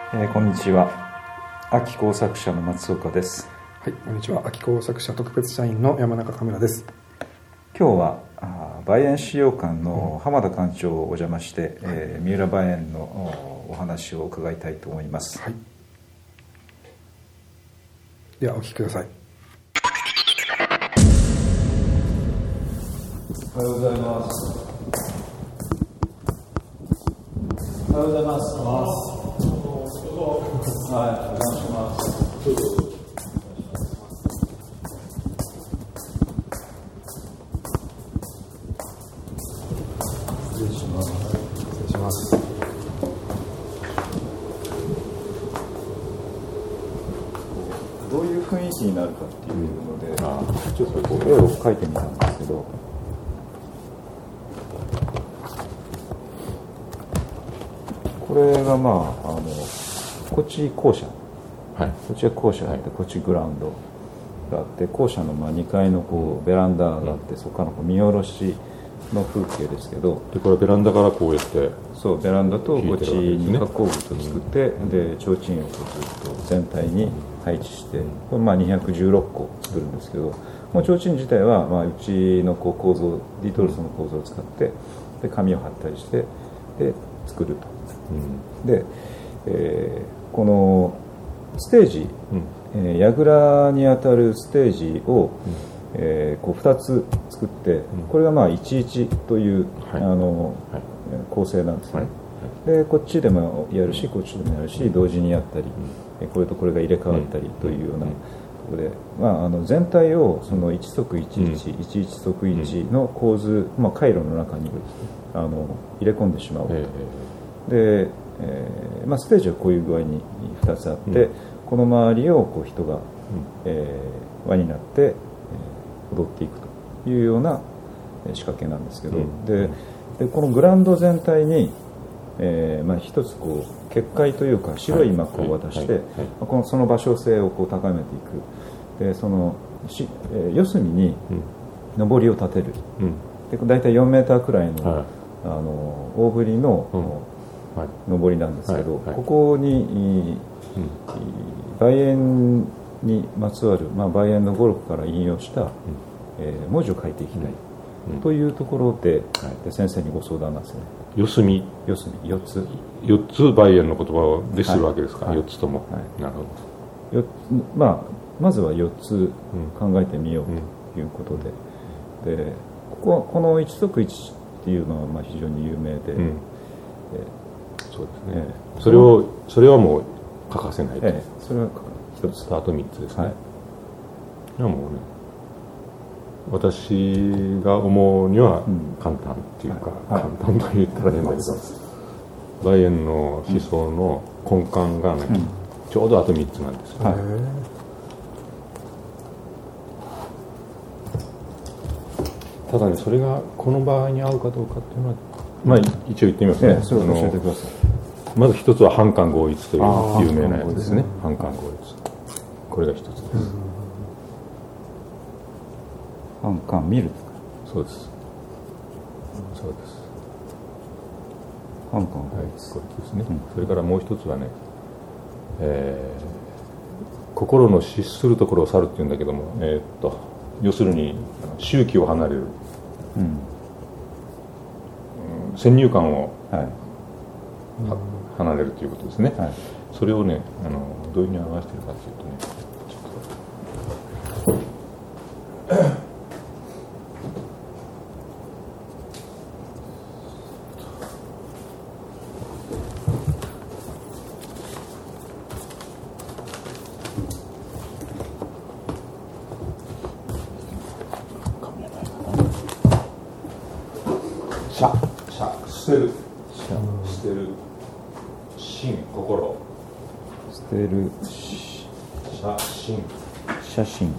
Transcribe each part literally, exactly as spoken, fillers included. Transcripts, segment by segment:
えー、こんにちは。秋工作者の松岡です。 はい、こんにちは。秋工作者特別社員の山中カメラです。 今日はあ梅園資料館の浜田館長をお邪魔して、うん、えー、三浦梅園のお話を伺いたいと思います。 はい、ではお聞きください。 おはようございます。おはようございます。はい、お邪魔します。 失礼します。失礼します。 どういう雰囲気になるかっていうので、うん、あちょっとこう絵を描いてみたんですけど、これがまああのこっち校舎、はい、こっちは校舎があって、はい、こっちグラウンドがあって、校舎のまあにかいのこうベランダがあって、うん、そこからのこう見下ろしの風景ですけど、 でこれベランダからこうやってそうベランダとこっちに加工物を作って、うん、で提灯をずっと全体に配置して、これまあにひゃくじゅうろっこ作るんですけど、もう提灯自体はまあうちのこう構造ディトルソの構造を使ってで紙を貼ったりしてで作ると、うん、で、えー、このステージ、うんえー、櫓にあたるステージを、うんえー、こうふたつ作って、これがまあいちいちという、はい、あのはい、構成なんですね、はいはい、でこっちでもやるしこっちでもやるし同時にやったり、うん、これとこれが入れ替わったりというようなところで、まあ、あの全体をそのいち足いちいち、うん、いちいち足いちの構図、まあ、回路の中にあの入れ込んでしまうと、で、えーまあ、ステージはこういう具合にふたつあって、うん、この周りをこう人が、うんえー、輪になって踊っていくというような仕掛けなんですけど、うん、で, でこのグラウンド全体に、えーまあ、一つこう結界というか白い幕を渡して、はいはいはい、このその場所性をこう高めていく。でそのし、えー、四隅に上りを立てる、うん、でだいたいよんメーターくらいの、はい、あの大振りの、うん、上りなんですけど、はいはい、ここに、うん、梅園にまつわる、まあ、梅園の語録から引用した、うんえー、文字を書いていきたい、うん、というところで、はい、で先生にご相談なんですね。 四隅四隅よっつよっつ梅園の言葉をディスるわけですか、はい、よっつとも、はい、なるほどよ、まあ、まずはよっつ考えてみようということで、うん、でこここの一足一っていうのはまあ非常に有名で、うんえー、そうですね、えー、それをそれはもう欠かせないと、えー、それは一つスタートみっつですね、はい、いやもうね私が思うには簡単っていうか、うんはい、簡単と言ったら変だけど、梅園の思想の根幹がね、うん、ちょうどあとみっつなんですよ、ねはい、ただねそれがこの場合に合うかどうかっていうのはまあ一応言ってみますね、 ええ、それを教えてください。 まず一つは半漢合一という有名なやつですね。半漢合一、これが一つです。 半漢見るですか。 そうです。そうです。 半漢合一、はい、これですね、うん。それからもう一つはね、えー、心の失するところを去るっていうんだけども、えー、っと要するに周期を離れる、うん、先入観を、はい、離れるということですね、はい、それをねあのどういうふうに表しているかというとねちょっと捨てる捨てる心心捨てる写真写真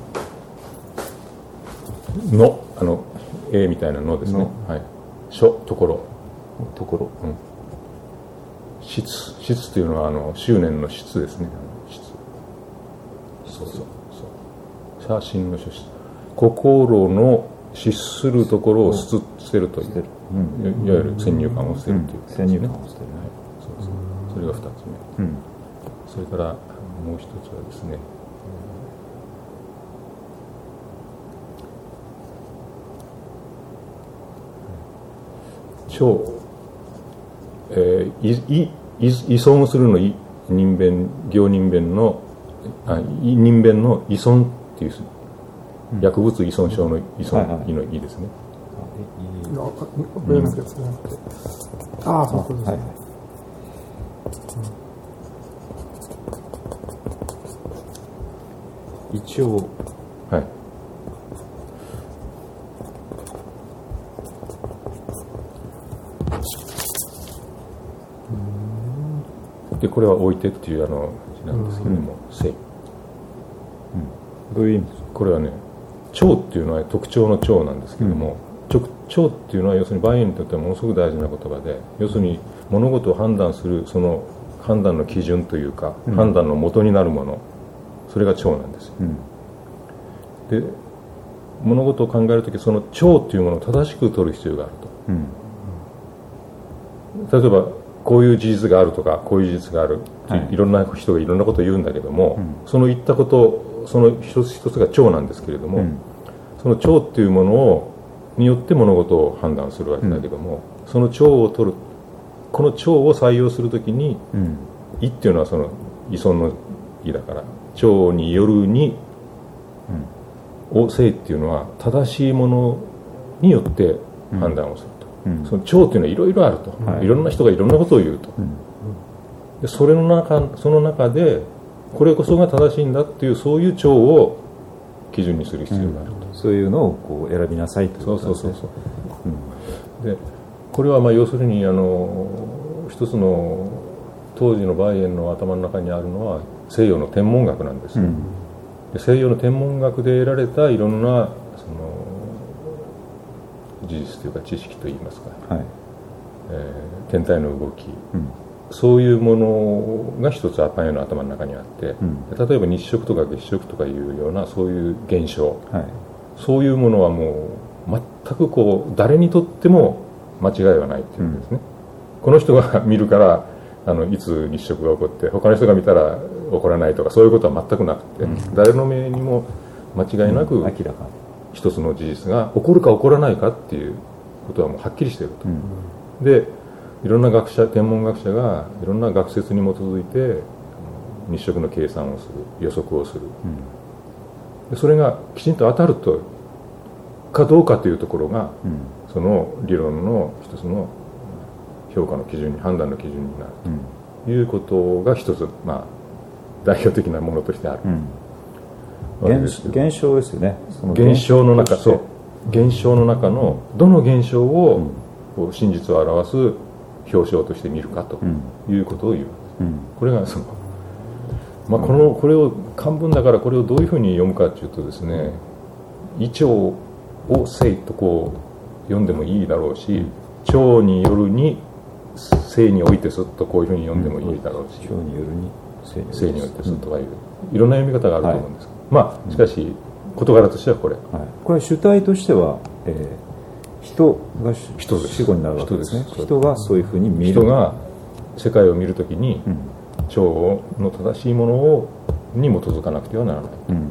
のあの絵みたいなのですね、はい、書ところところ、うん、 質質というのはあの執念の質ですね。質そうそうそう写真の質心の失するところを捨てるという、うん、いわゆる先入観を捨てるという、 うん、先入観を捨てる、はい、 そうそうそれがふたつめ、うん、 それからもう一つはですね、超、えー、いい依存するのい人弁行人弁のあ人弁の依存っていう、うん、薬物依存症の依存、はいはい、のいいですね。 上のやつね。ああ、そうですね。はいはいうん、一応、 はい。でこれは置いてっていうあの字なんですけれども、性、うん、 どういう意味ですか。 これはね、腸っていうのは特徴の腸なんですけれども、うん、腸っていうのは要するにバイエンにとってはものすごく大事な言葉で、要するに物事を判断するその判断の基準というか、うん、判断の元になるもの、それが腸なんですよ、うん、で物事を考えるときその腸っていうものを正しく取る必要があると、うん、例えばこういう事実があるとかこういう事実がある、はい、いろんな人がいろんなことを言うんだけども、うん、その言ったことその一つ一つが腸なんですけれども、うん、その腸っていうものをによって物事を判断するわけだけども、うん、その腸を取るこの腸を採用するときに、うん、意っていうのはその依存の意だから腸によるに、うん、を性っていうのは正しいものによって判断をすると、うん、その腸っていうのはいろいろあると、はい、いろんな人がいろんなことを言うと、うん、でそれの中その中でこれこそが正しいんだっていうそういう腸を基準にする必要があると、 うん、そういうのをこう選びなさいということですね。 そうそうそうそう、うん、でこれはまあ要するにあの一つの当時のバイエンの頭の中にあるのは西洋の天文学なんですよ、うん、で西洋の天文学で得られたいろんなその事実というか知識といいますか、はい、えー、天体の動き、うん、そういうものが一つバイエンの頭の中にあって、うん、例えば日食とか月食とかいうようなそういう現象、はい、そういうものはもう全くこう誰にとっても間違いはないっていうんですね、うん、この人が見るからあのいつ日食が起こって他の人が見たら起こらないとかそういうことは全くなくて、うん、誰の目にも間違いなく、うん、明らかに一つの事実が起こるか起こらないかっていうことはもうはっきりしていると、うん、でいろんな学者天文学者がいろんな学説に基づいて日食の計算をする予測をする、うん、でそれがきちんと当たるとかどうかというところが、うん、その理論の一つの評価の基準に判断の基準になるということが一つ、まあ、代表的なものとしてある、 うん、現, 現象ですよね。 その現象の中そう現象の中のどの現象を、うん、こう真実を表す表象として見るかということを言う、うん、これがその、まあ、このこれを漢文だからこれをどういうふうに読むかというとですね、胃腸を性とこう読んでもいいだろうし、腸によるに性においてすっとこういうふうに読んでもいいだろうし、 腸によるに性においてすっとかいう、うん、いろんな読み方があると思うんです、はい、まあしかし事柄としてはこれ、はい、 これ主体としては、えー、人が主語になるわけですね。人です。人がそういうふうに見る、 人が世界を見るときに、うん、腸の正しいものをに基づかなくてはならない、うん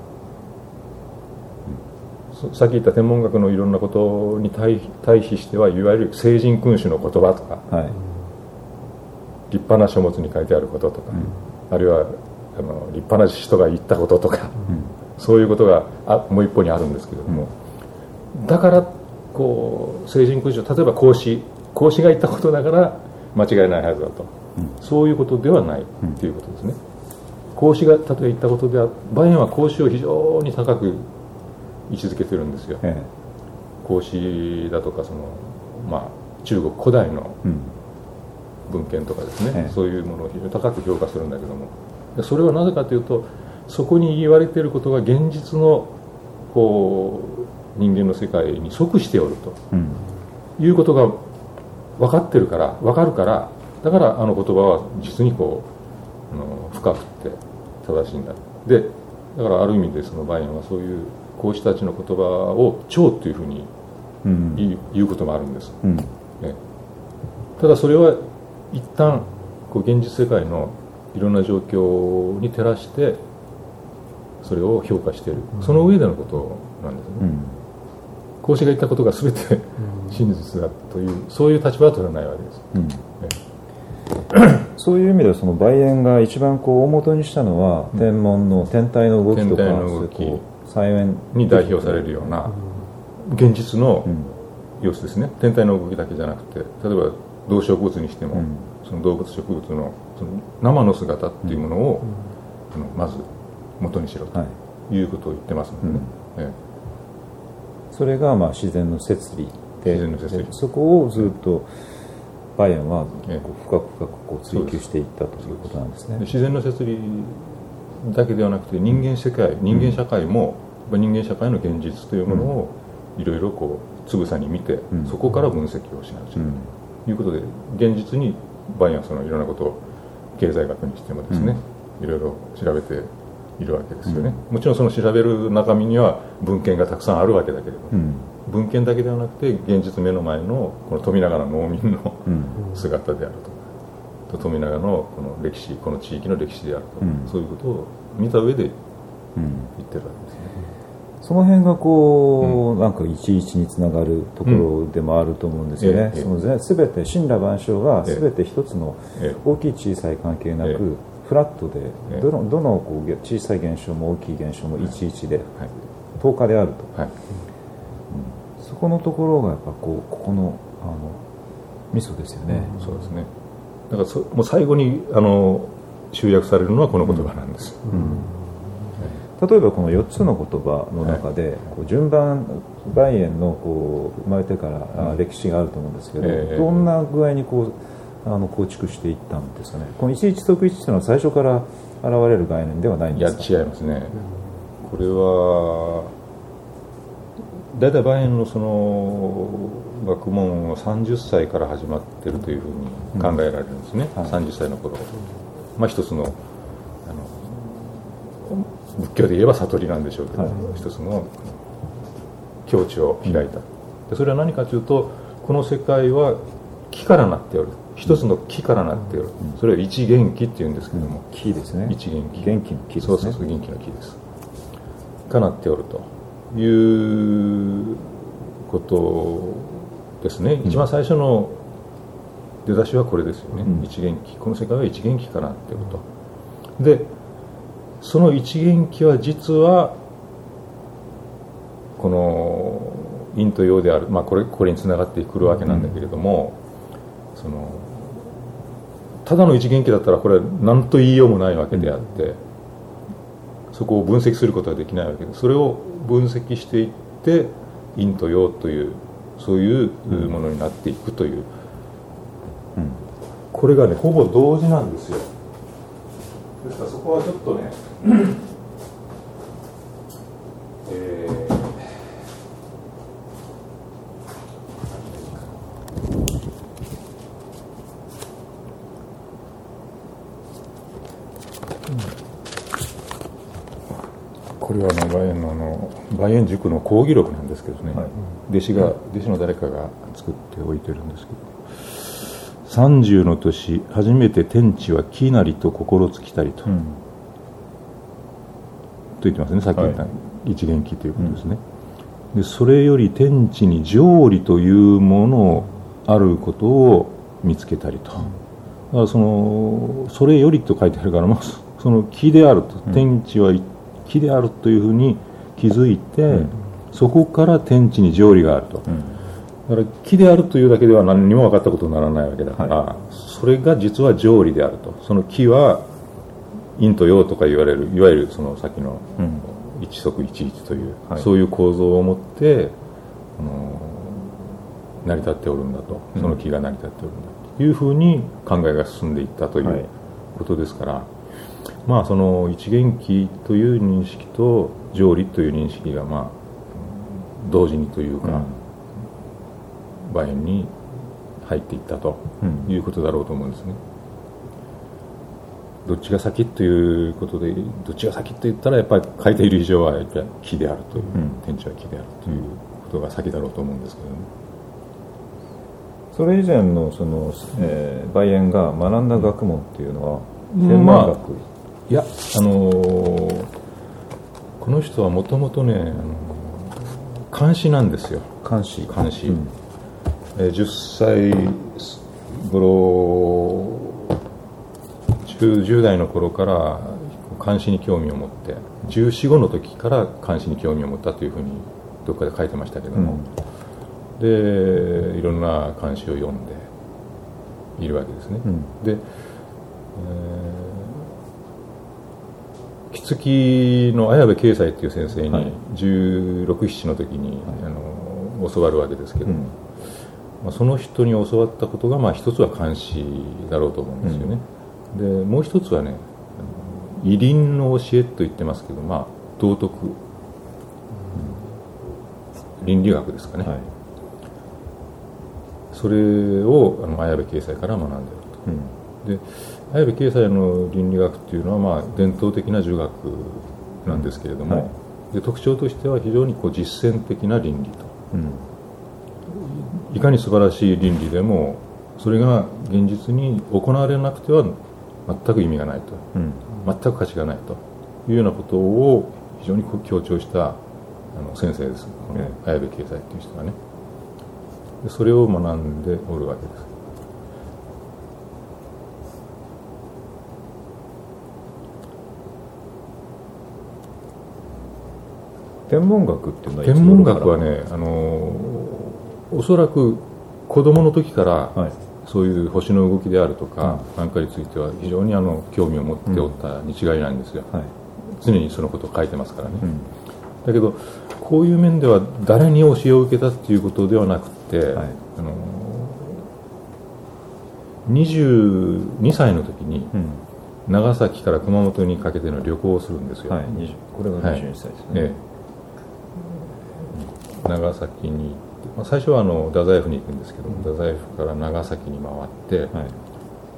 うん、さっき言った天文学のいろんなことに 対, 対比してはいわゆる聖人君主の言葉とか、はい、立派な書物に書いてあることとか、うん、あるいはあの立派な人が言ったこととか、うん、そういうことがあもう一方にあるんですけれども、うん、だからこう聖人君主、例えば孔子孔子が言ったことだから間違いないはずだと、うん、そういうことではないということですね。孔子が例えば言ったことでは、バイエンは孔子を非常に高く位置づけてるんですよ、ええ、孔子だとかその、まあ、中国古代の文献とかですね、ええ、そういうものを非常に高く評価するんだけども、それはなぜかというとそこに言われていることが現実のこう人間の世界に即しておると、うん、いうことが分かってるから分かるからだからあの言葉は実にこうあの深くて正しいんだ。でだからある意味でそのバイエンはそういう孔子たちの言葉を腸というふうに言 う,、うん、言うこともあるんです、うん、ね、ただそれは一旦こう現実世界のいろんな状況に照らしてそれを評価している、その上でのことなんですね、うん、孔子が言ったことが全て真実だというそういう立場は取らないわけです、うんそういう意味ではその梅園が一番こう大元にしたのは、うん、天文の天体の動きとか天体の動き彩雲に代表されるような現実の様子ですね、天体の動きだけじゃなくて、例えば動植物にしても、うん、その動物植物のその生の姿っていうものを、うん、あのまず元にしろということを言ってますのでね、うんええ、 それがまあ自然の摂理で、 自然の摂理そこをずっと梅園は深く深くこう追求していったということなんですね。 自然の摂理だけではなくて人間世界、人間社会も人間社会の現実というものをいろいろこうつぶさに見て、そこから分析をしなくちゃいけないということで、現実に梅園はそのいろんなことを経済学にしてもですね、いろいろ調べているわけですよね、もちろんその調べる中身には文献がたくさんあるわけだけれども、文献だけではなくて現実目の前のこの富永の農民の姿であるとか、富永のこの歴史、この地域の歴史であるとか、そういうことを見た上で言ってるわけですね。 その辺がこう、うん、なんかいちいちにつながるところでもあると思うんですよね、うん、その全て森羅万象が全て一つの大きい小さい関係なく、ええ、フラットでどの、どのこう小さい現象も大きい現象もいちいちで等価であると、はいうん、そこのところがやっぱこうここのあのミソですよね、 うん、そうですね。だからそもう最後にあの集約されるのはこの言葉なんです、うんうん例えばこのよっつの言葉の中で、はい、こう順番梅園のこう生まれてから、うん、歴史があると思うんですけど、えー、どんな具合にこうあの構築していったんですかね。この一一即一というのは最初から現れる概念ではないんですか。 いや違いますね、これはだいたい梅園のその学問はさんじゅっさいから始まっているというふうに考えられるんですね、うんはい、さんじゅっさいの頃、まあ、一つの仏教で言えば悟りなんでしょうけど、はい、一つの境地を開いた、でそれは何かというと、この世界は木からなっておる、一つの木からなっておる、うん、それを一元気っていうんですけども、 木ですね、 一元気、 元気の木ですね、 そうそうそう元気の木ですかなっておるということですね、うん、一番最初の出だしはこれですよね、うん、一元気、この世界は一元気かなっておると。でその一元気は実はこの陰と陽である、まあ、これ、これにつながってくるわけなんだけれども、うん、そのただの一元気だったらこれは何と言いようもないわけであって、うん、そこを分析することはできないわけで、それを分析していって陰と陽というそういうものになっていくという、うん、これがねほぼ同時なんですよ。ですからそこはちょっとねえー、これはあの梅園のあの梅園塾の講義録なんですけどね、はい、弟子が弟子の誰かが作っておいてるんですけど、三十の年初めて天地は木なりと心尽きたりと、うん、と言ってますね、さっき言った一元気ということですね、うん、でそれより天地に条理というものあることを見つけたりと、だからそのそれよりと書いてあるから、まあ、その木であると、うん、天地は木であるというふうに気づいて、うん、そこから天地に条理があると、うんだから木であるというだけでは何にも分かったことにならないわけだから、はい、それが実は条理であると。その木は陰と陽とか言われるいわゆるそのさっきの一即一一という、うん、そういう構造を持って、あの成り立っておるんだと、その木が成り立っておるんだというふうに考えが進んでいったということですから、はい、まあその一元気という認識と条理という認識がまあ同時にというか、うん梅園に入っていったということだろうと思うんですね、うん、どっちが先ということで、どっちが先と言ったらやっぱり書いている以上はやっぱり木であるという、うん、天地は木であるということが先だろうと思うんですけどね。 それ以前のその、えー、梅園が学んだ学問っていうのは天文学、まあ、 いや、あのー、この人はもともとね、あのー、監視なんですよ。 監視監視、うん、えー、じゅっさい頃、10, じゅう代の頃から監視に興味を持って、じゅうよん、ごの時から監視に興味を持ったというふうにどこかで書いてましたけども、うん、でいろんな監視を読んでいるわけですね、うん、で、えー、木月の綾部慶斎という先生にじゅうろく、ななの時に、はい、あの教わるわけですけど、うん、まあ、その人に教わったことが、まあ、一つは監視だろうと思うんですよね、うん、でもう一つはね、遺輪の教えと言ってますけど、まあ、道徳、うん、倫理学ですかね、はい、それをあの綾部慶斎から学んでいると、うん、で綾部慶斎の倫理学っていうのは、まあ、伝統的な儒学なんですけれども、はい、で特徴としては非常にこう実践的な倫理と、うん、いかに素晴らしい倫理でもそれが現実に行われなくては全く意味がないと、うん、全く価値がないというようなことを非常に強調したあの先生です、この綾部慶斎という人がね。でそれを学んでおるわけです。 天文学っていうのは、 天文学はね、あのおそらく子供の時から、はい、そういう星の動きであるとか、うん、なんかについては非常にあの興味を持っておったに違いないんですよ、うん、はい、常にそのことを書いてますからね、うん、だけどこういう面では誰に教えを受けたっていうことではなくて、はい、あのにじゅうにさいの時に、うん、長崎から熊本にかけての旅行をするんですよ、はい、 これがにじゅうにさいですね、はい、ええ、長崎にまあ、最初はあの太宰府に行くんですけども、太宰府から長崎に回って、はい、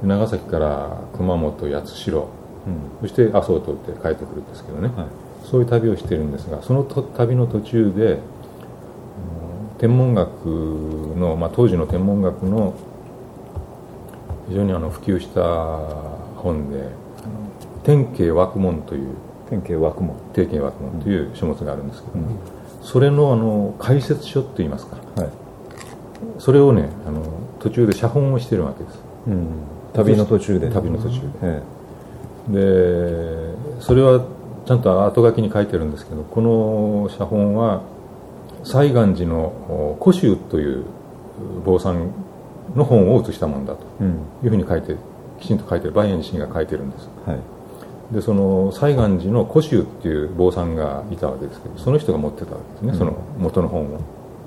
長崎から熊本、八代、うん、そして阿蘇を通って帰ってくるんですけどね、はい、そういう旅をしているんですが、その旅の途中で、うん、天文学の、まあ、当時の天文学の非常にあの普及した本で「天慶惑問」という天慶惑問天慶惑問という書物があるんですけど、うん、それのあの解説書といいますか、はい、それをねあの途中で写本をしているわけです、 うん、旅の途中で旅の途中で、うん、でそれはちゃんと後書きに書いてるんですけど、この写本は西岸寺の古宗という坊さんの本を写したものだというふうに書いて、きちんと書いてる、梅園自身が書いてるんです、はい、でその西岸寺の古宗っていう坊さんがいたわけですけど、その人が持ってたわけですね、うん、その元の本を。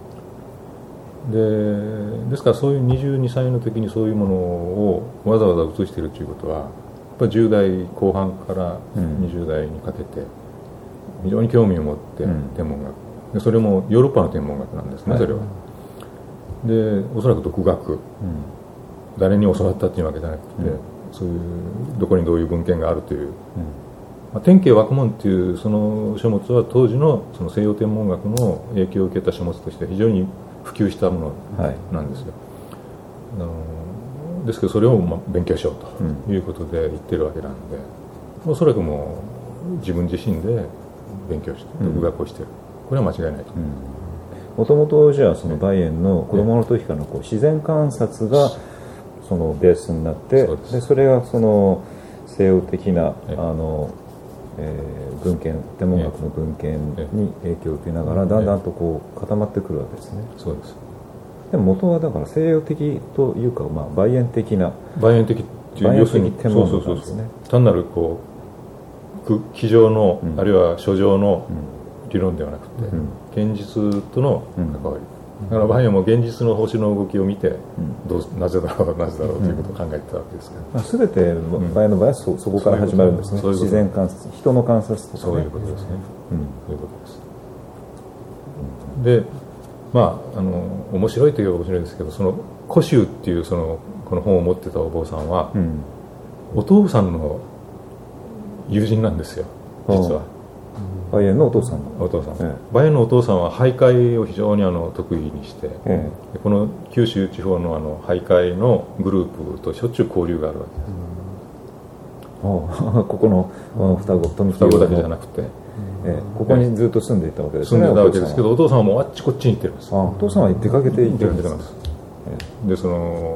でですからそういうにじゅうにさいの時にそういうものをわざわざ写しているということは、やっぱりじゅう代後半からにじゅう代にかけて非常に興味を持って天文学、でそれもヨーロッパの天文学なんですね、はい、それは。でおそらく独学、うん、誰に教わったっていうわけじゃなくて、うん、そういうどこにどういう文献があるという、うん、まあ、天慶惑問っていうその書物は当時 の, その西洋天文学の影響を受けた書物として非常に普及したものなんですよ、はい、あのですけどそれをまあ勉強しようということで言ってるわけなんで、うん、おそらくもう自分自身で勉強して独学をしてる、うん、これは間違いないと。 もともとじゃあその梅園の子供の時からのこう自然観察がそのベースになって、そうです。でそれがその西洋的なあの、えー、文献、天文学の文献に影響を受けながらだんだんとこう固まってくるわけですね。 そうです。 でも元はだから西洋的というか、まあ、梅園的な梅園的っていう要するに天文学なんですね。単なるこう机上の、うん、あるいは書上の理論ではなくて、うん、現実との関わり、うん、だから梅園も現実の星の動きを見て、うん、どうなぜだろうなぜだろうということを考えてたわけですから、 うん、全て梅園の場合は そ, そこから始まるんですね。自然観察、人の観察とか、ね、 そういうことですね、うん、そういうことです、うん、でまあ、あの面白いといえば面白いですけど、その古宗っていうそのこの本を持ってたお坊さんは、うん、お父さんの友人なんですよ、実は。 梅園のお父さんのお父さん、ええ、梅園のお父さんは俳諧を非常にあの得意にして、ええ、この九州地方のあの俳諧のグループとしょっちゅう交流があるわけです。 ここの双子富双子だけじゃなくて、 えー、ここにずっと住んでいたわけですね。住んでいたわけですけど、お父さんはもうあっちこっちに行ってるんです。 あお父さんは出かけて行ってるんです。 でその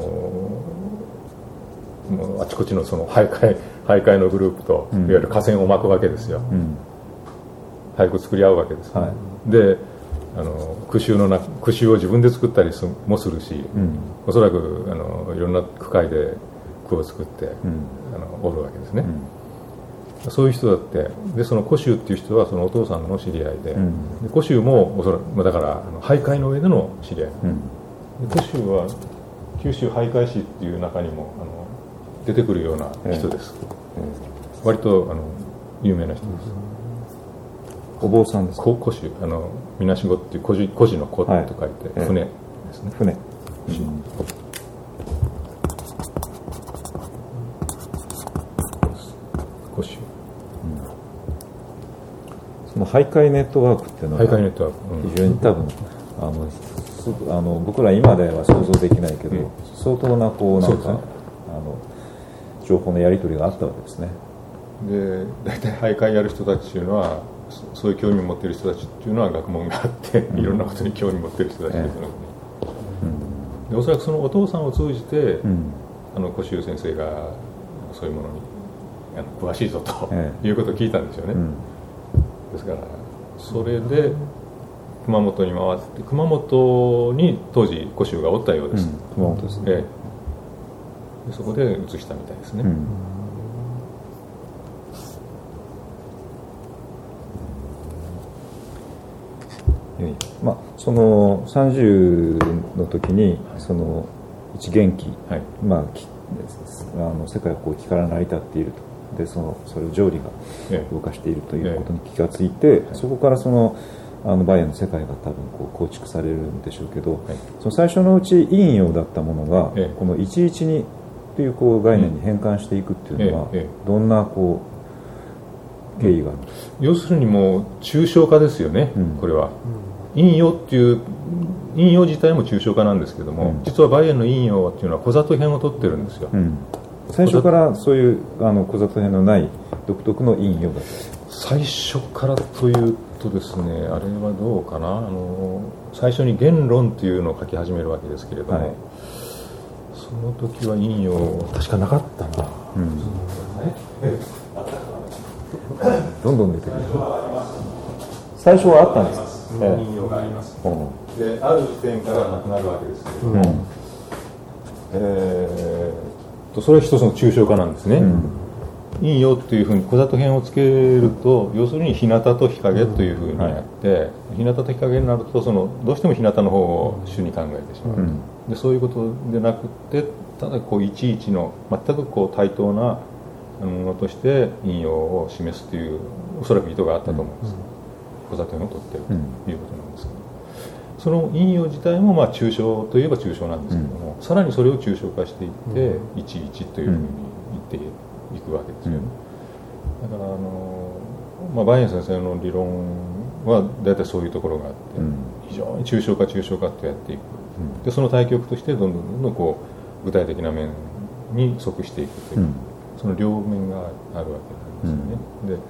もうあちこちのその徘徊徘徊のグループと、うん、いわゆる河川を巻くわけですよ、うん、俳句作り合うわけです、はい、であの句集のな句集を自分で作ったりもするし、うん、おそらくあのいろんな区会で句を作って、うん、あのおるわけですね、うん、そういう人だってでその古州っていう人はそのお父さんの知り合いで、うん、で古州もおそらくだからあの徘徊の上での知り合い、うん、で古州は九州俳諧詩っていう中にもあの出てくるような人です、えーえー、割とあの有名な人です、 うん、お坊さんですか。 古州あのみなしごっていう古事古事の古と書いて、はい、船ですね、 船、うん、 古州、うん、 その俳諧ネットワークっていうのは俳諧ネットワーク、 うん、非常に多分あのあの僕ら今では想像できないけど、うん、相当なこうなんか、ね、あの情報のやり取りがあったわけですね。 で大体徘徊やる人たちっていうのはそういう興味を持っている人たちっていうのは学問があって、うん、いろんなことに興味を持っている人たちですので、ね、うん、でおそらくそのお父さんを通じて、うん、あの古州先生がそういうものにあの詳しいぞと、ええ、いうことを聞いたんですよね、うん、ですからそれで熊本に回って熊本に当時古州がおったようです、うん、 熊本ですね、 ええ、でそこで移したみたいですね、うん、 まあ、そのさんじゅうの時にその一元気、はい、まあ、あの世界はこう気から成り立っていると、でそのそれを条理が動かしているということに気がついて、ええ、そこからそのあのバイエンの世界が多分こう構築されるんでしょうけど、はい、その最初のうち陰陽だったものが、ええ、このいちいちにというこう概念に変換していくっていうのは、ええ、どんなこう経緯があるんですか。 要するにもう抽象化ですよね、うん、これは、うん、陰陽っていう陰陽自体も抽象化なんですけども、うん、実はバイエンの陰陽っていうのは小里編を取ってるんですよ、うん、 最初からそういうあの小里編のない独特の陰陽だった。 最初からというとですね、あれはどうかな、あの最初に言論というのを書き始めるわけですけれども、はい、その時は陰陽確かなかったな、うん、 どんどん出てくる。最初はあったんですか。 陰陽があります、うん、である時点からなくなるわけですけれども、うん、えー、とそれは一つの抽象化なんですね、うん、陰陽っていうふうに小里編をつけると、要するに日向と日陰というふうにやって、うんはい、日向と日陰になるとそのどうしても日向の方を主に考えてしまう、うん、でそういうことでなくて、ただこういちいちの全くこう対等なものとして陰陽を示すというおそらく意図があったと思うんです、うん、小里編を取っているということなんですけど、その陰陽自体もまあ抽象といえば抽象なんですけども、うん、さらにそれを抽象化していって、うん、いちいちというふうに言っていくわけですよね、うん、だからあの、まあ、バイエン先生の理論は大体そういうところがあって、うん、非常に抽象化抽象化とやっていく、うん、でその対極としてどんどんどんどんこう具体的な面に即していくという、うん、その両面があるわけなんですよね、うん、で、うん、だ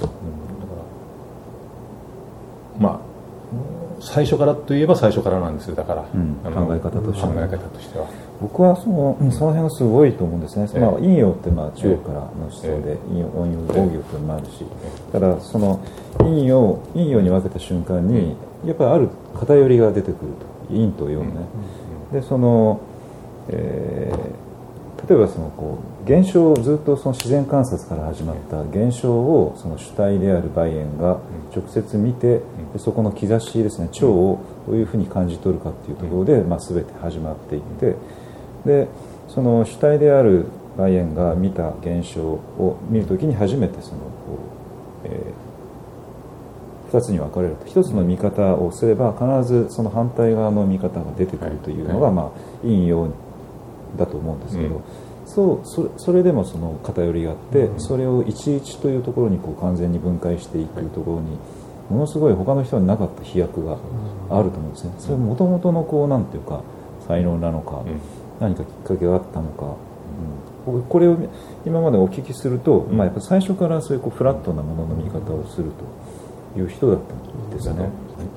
からまあ最初からといえば最初からなんですよ。だから、 うん、考え方としては、 考え方としては僕はその、うん、その辺がすごいと思うんですね、えーまあ、陰陽ってまあ中国からの思想で、えー、陰陽陰陽陽陽というのもあるし、えー、ただその陰陽陰陽に分けた瞬間にやっぱりある偏りが出てくると、陰と陽ね、うん、でその、えー、例えばそのこう現象をずっとその自然観察から始まった現象をその主体であるバイエンが直接見て、でそこの兆しですね、超をどういうふうに感じ取るかっていうところで、まあ、全て始まっていって、でその主体であるバイエンが見た現象を見るときに初めてそのこう、えー、ふたつに分かれると、ひとつの見方をすれば必ずその反対側の見方が出てくるというのが、まあ、陰陽だと思うんですけど、うん、そうそれ、それでもその偏りがあって、うん、それをいちいちというところにこう完全に分解していくところにものすごい他の人になかった飛躍があると思うんですね。それもともとのこうなんていうか才能なのか、うん、何かきっかけがあったのか、 うん、これを今までお聞きすると、まあ、やっぱ最初からそういうこうフラットなものの見方をするという人だったんですね。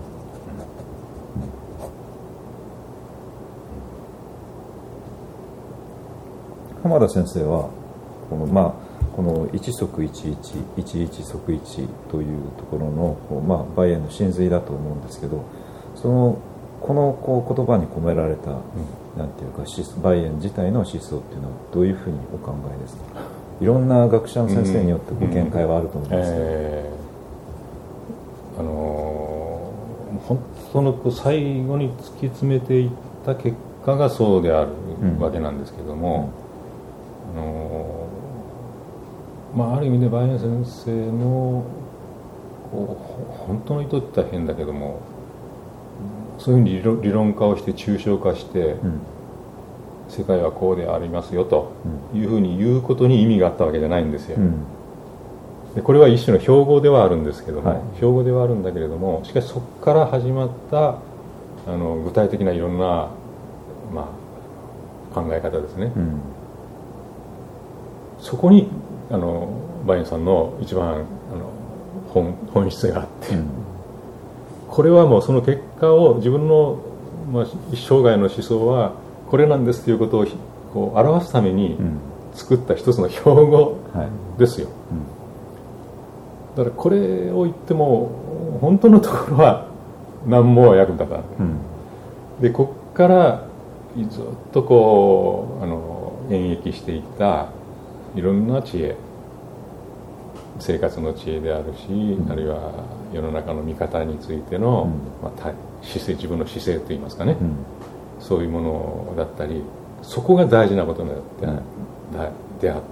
浜田先生はこの、まあ、この一足一一一一足一というところのこう、まあ、バイエンの真髄だと思うんですけど、そのこのこう言葉に込められた、うん、なんていうかバイエン自体の思想っていうのはどういうふうにお考えですか？いろんな学者の先生によってご見解はあると思うんですけど、うんうんえー、あのー、本当の最後に突き詰めていった結果がそうであるわけなんですけども、うんうんあのーまあ、ある意味でバイエン先生のこう本当の意図って言ったら変だけども、そういうふうに理論、理論化をして抽象化して、うん、世界はこうでありますよというふうに言うことに意味があったわけじゃないんですよ、うん、でこれは一種の標語ではあるんですけども、はい、標語ではあるんだけれども、しかしそこから始まったあの具体的ないろんな、まあ、考え方ですね、うん、そこにあのバイエンさんの一番あの 本, 本質があって、うん、これはもうその結果を自分の、まあ、生涯の思想はこれなんですということをこう表すために作った一つの標語ですよ、うんはいうん、だからこれを言っても本当のところは何も役に立たない、うん、でここからずっとこうあの演繹していったいろんな知恵、生活の知恵であるし、うん、あるいは世の中の見方についての、うんまあ、姿勢、自分の姿勢といいますかね、うん、そういうものだったり、そこが大事なことであって、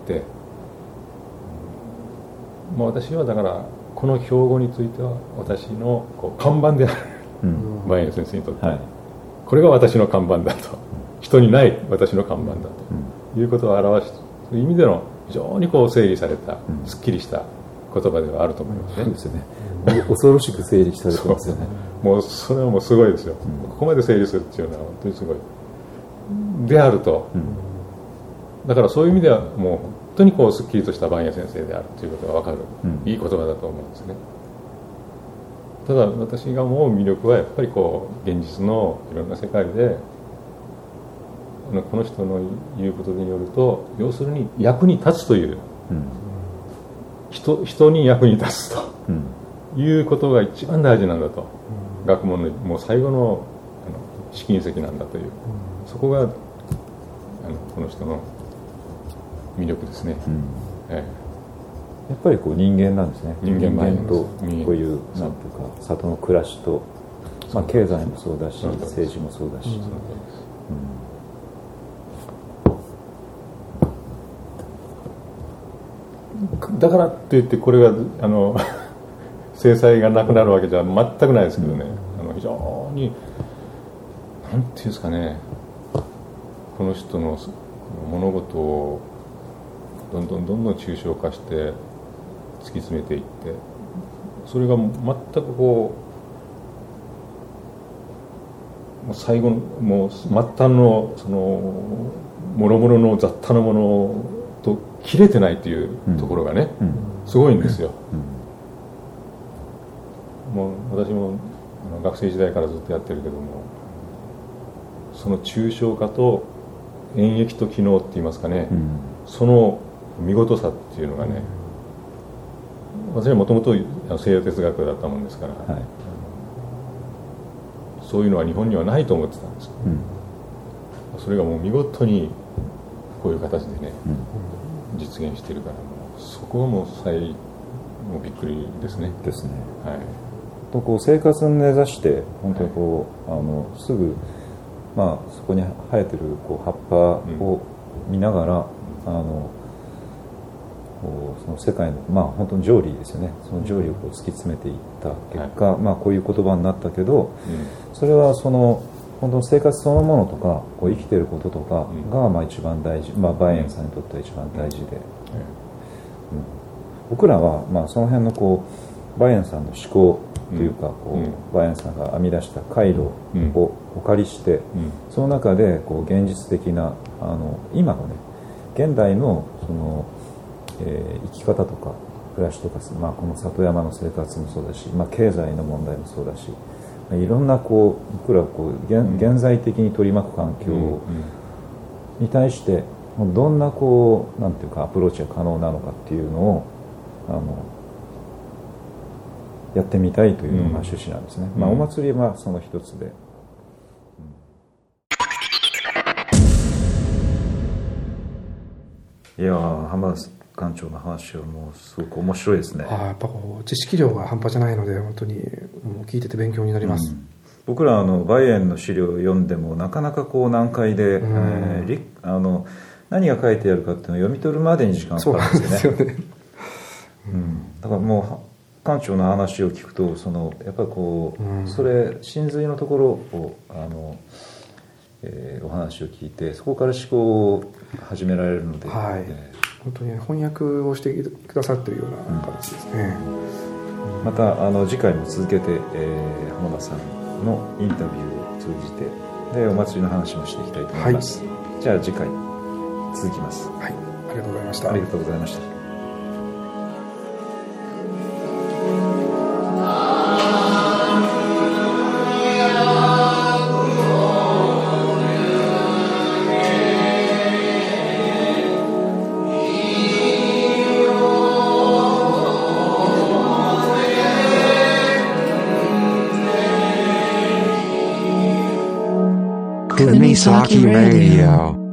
まあ、私はだからこの標語については私のこう看板である、うん、バイエン先生にとって、はい、これが私の看板だと、人にない私の看板だということを表すという意味での非常にこう整理された、うん、すっきりした言葉ではあると思いますね。 そうですよね。恐ろしく整理されてますよね。 もうそれはもうすごいですよ、うん、ここまで整理するっていうのは本当にすごいであると、うん、だからそういう意味ではもう本当にこうすっきりとしたバイエン先生であるということが分かる、うん、いい言葉だと思うんですね。ただ私が思う魅力はやっぱりこう現実のいろんな世界でこの人の言うことによると、要するに役に立つという、うん、人, 人に役に立つと、うん、いうことが一番大事なんだと、うん、学問のもう最後 の, あの試金石なんだという、うん、そこがあのこの人の魅力ですね、うんええ、やっぱりこう人間なんですね。 人間, 人間とこういうなんていうか里の暮らしと、まあ、経済もそうだし政治もそうだし、うんだからって言ってこれがあの制裁がなくなるわけじゃ全くないですけどね、あの非常になんていうんですかね、この人の物事をどんどんどんどん抽象化して突き詰めていって、それが全くこう最後のもう末端のその諸々の雑多なものと切れてないというところがね、うん、すごいんですよ、うん、もう私も学生時代からずっとやってるけども、その抽象化と演繹と機能って言いますかね、うん、その見事さっていうのがね、私はもともと西洋哲学だったもんですから、はい、そういうのは日本にはないと思ってたんです、うん、それがもう見事にこういう形でね、うん、実現しているから、もうそこはもう最もうびっくりですね。 ですね。はい。とこう生活に根ざして本当にこう、はい、あのすぐまあそこに生えてるこう葉っぱを見ながら、うん、あのこうその世界のまあ本当に条理ですよね。その条理をこう突き詰めていった結果、はい、まあこういう言葉になったけど、うん、それはその本当の生活そのものとかこう生きていることとかがまあ一番大事、まあ、バイエンさんにとっては一番大事で、うんうん、僕らはまあその辺のこうバイエンさんの思考というかこう、うん、バイエンさんが編み出した回路をお借りして、うん、その中でこう現実的なあの今のね現代のその、えー、生き方とか暮らしとか、まあ、この里山の生活もそうだし、まあ、経済の問題もそうだし、まあ、いろんなこう僕らこう 現, 現在的に取り巻く環境に対してどんなこうなんていうかアプローチが可能なのかっていうのをあのやってみたいというのが趣旨なんですね、うん、まあ、お祭りはその一つで、うん、いやー浜田館長の話はもうすごく面白いですね。 あやっぱこう知識量が半端じゃないので本当にもう聞いてて勉強になります、うん、 僕らあのバイエンの資料を読んでもなかなかこう難解で、うんえー、あの何が書いてあるかっていうのを読み取るまでに時間かかるんですよね。そうなんですよね、うん、だからもう館長の話を聞くとそのやっぱりこう、うん、それ真髄のところをあの、えー、お話を聞いてそこから思考を始められるので、 はいえー本当に翻訳をしてくださってるような形ですね、 うん、またあの次回も続けて、えー、浜田さんのインタビューを通じてでお祭りの話もしていきたいと思います、はい、じゃあ次回続きます。 はい、ありがとうございました。 ありがとうございました。 Kumisaki Radio